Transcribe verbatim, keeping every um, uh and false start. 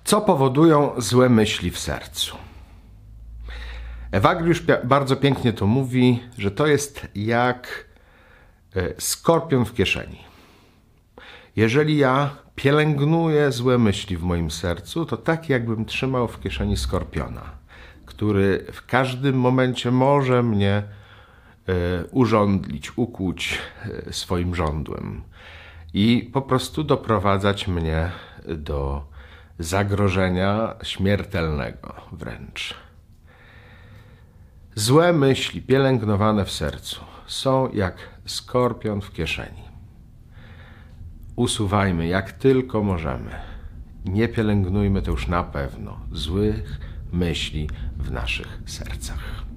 Co powodują złe myśli w sercu? Ewagriusz bardzo pięknie to mówi, że to jest jak skorpion w kieszeni. Jeżeli ja pielęgnuję złe myśli w moim sercu, to tak jakbym trzymał w kieszeni skorpiona, który w każdym momencie może mnie urządlić, ukłuć swoim żądłem i po prostu doprowadzać mnie do zagrożenia śmiertelnego wręcz. Złe myśli pielęgnowane w sercu są jak skorpion w kieszeni. Usuwajmy jak tylko możemy. Nie pielęgnujmy to już na pewno złych myśli w naszych sercach.